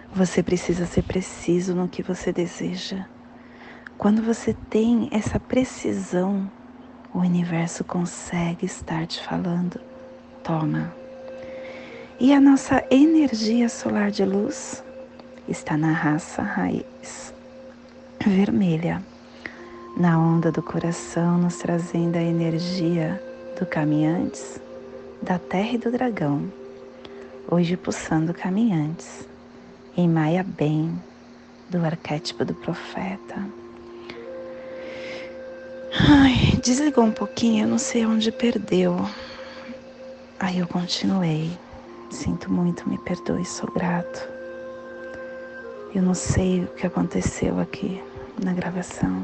Você precisa ser preciso no que você deseja. Quando você tem essa precisão, o universo consegue estar te falando: toma. E a nossa energia solar de luz está na raça raiz vermelha, na onda do coração, nos trazendo a energia do caminhantes, da terra e do dragão, hoje pulsando caminhantes, em Maia Bem, do arquétipo do profeta. Ai, desligou um pouquinho, eu não sei onde perdeu. Aí eu continuei. Sinto muito, me perdoe, sou grato. Eu não sei o que aconteceu aqui na gravação.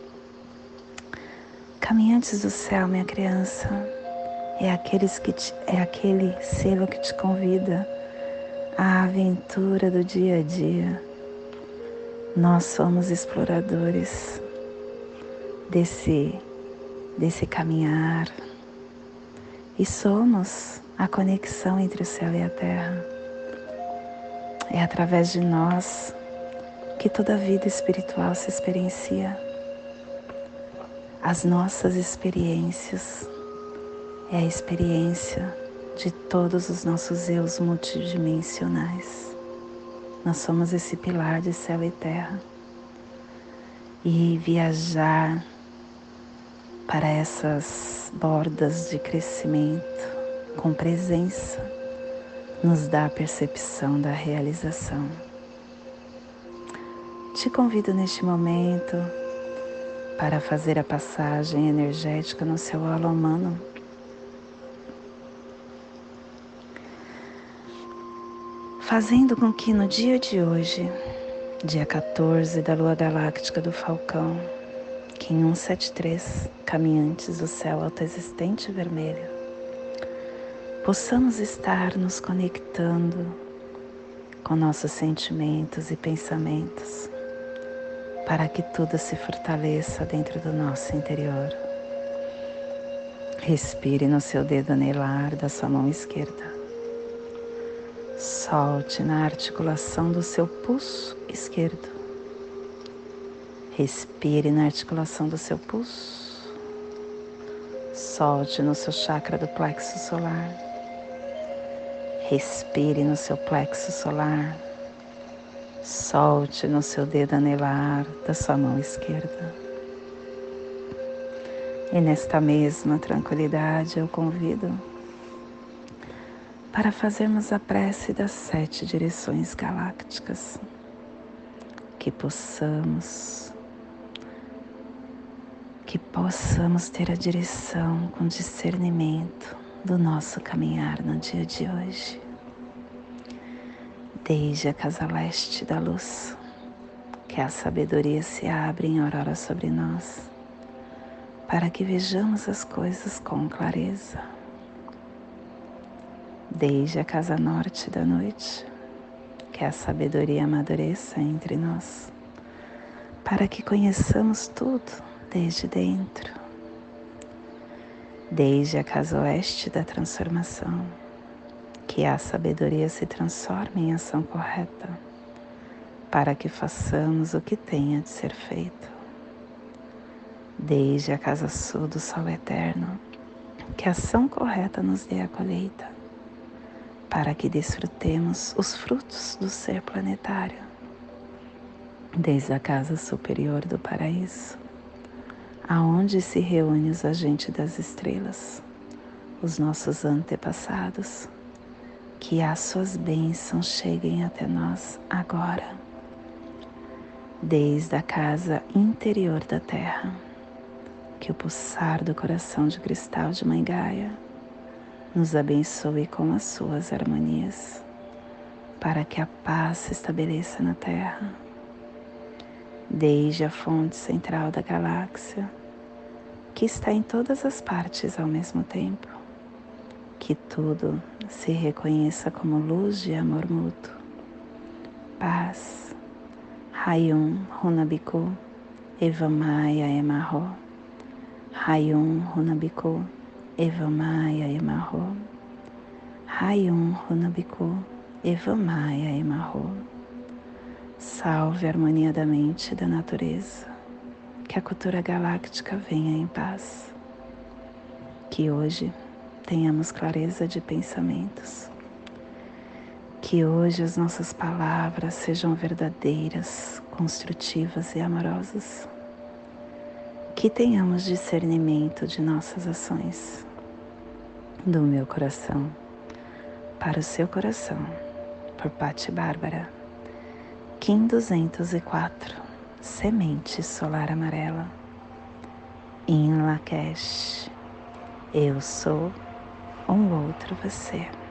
Caminhantes do céu, minha criança, é aquele selo que te convida à aventura do dia a dia. Nós somos exploradores desse caminhar e somos a conexão entre o céu e a terra. É através de nós que toda a vida espiritual se experiencia. As nossas experiências é a experiência de todos os nossos eus multidimensionais. Nós somos esse pilar de céu e terra. E viajar para essas bordas de crescimento com presença nos dá a percepção da realização. Te convido neste momento para fazer a passagem energética no seu halo humano. Fazendo com que no dia de hoje, dia 14 da Lua Galáctica do Falcão, Kim 173, caminhantes do céu autoexistente vermelho, possamos estar nos conectando com nossos sentimentos e pensamentos, para que tudo se fortaleça dentro do nosso interior. Respire no seu dedo anelar da sua mão esquerda. Solte na articulação do seu pulso esquerdo. Respire na articulação do seu pulso. Solte no seu chakra do plexo solar. Respire no seu plexo solar. Solte no seu dedo anelar da sua mão esquerda. E nesta mesma tranquilidade eu convido para fazermos a prece das 7 direções galácticas, que possamos ter a direção com discernimento do nosso caminhar no dia de hoje. Desde a casa leste da luz, que a sabedoria se abre em aurora sobre nós, para que vejamos as coisas com clareza. Desde a casa norte da noite, que a sabedoria amadureça entre nós, para que conheçamos tudo desde dentro. Desde a casa oeste da transformação, que a sabedoria se transforme em ação correta, para que façamos o que tenha de ser feito. Desde a casa sul do sol eterno, que a ação correta nos dê a colheita, para que desfrutemos os frutos do ser planetário. Desde a casa superior do paraíso, aonde se reúnem os agentes das estrelas, os nossos antepassados, que as suas bênçãos cheguem até nós agora. Desde a casa interior da Terra, que o pulsar do coração de cristal de Mãe Gaia nos abençoe com as suas harmonias, para que a paz se estabeleça na Terra. Desde a fonte central da galáxia, que está em todas as partes ao mesmo tempo, que tudo se reconheça como luz de amor mútuo. Paz. Rayon Runabiku Evamaya Emarro. Rayon Runabiku Evamaya Emarro. Rayon Runabiku Evamaya Emarro. salve a harmonia da mente e da natureza. Que a cultura galáctica venha em paz. Que hoje tenhamos clareza de pensamentos. Que hoje as nossas palavras sejam verdadeiras, construtivas e amorosas. Que tenhamos discernimento de nossas ações. Do meu coração para o seu coração, por Patti Bárbara. Kim 204, Semente Solar Amarela. Em Lakesh, eu sou um outro você.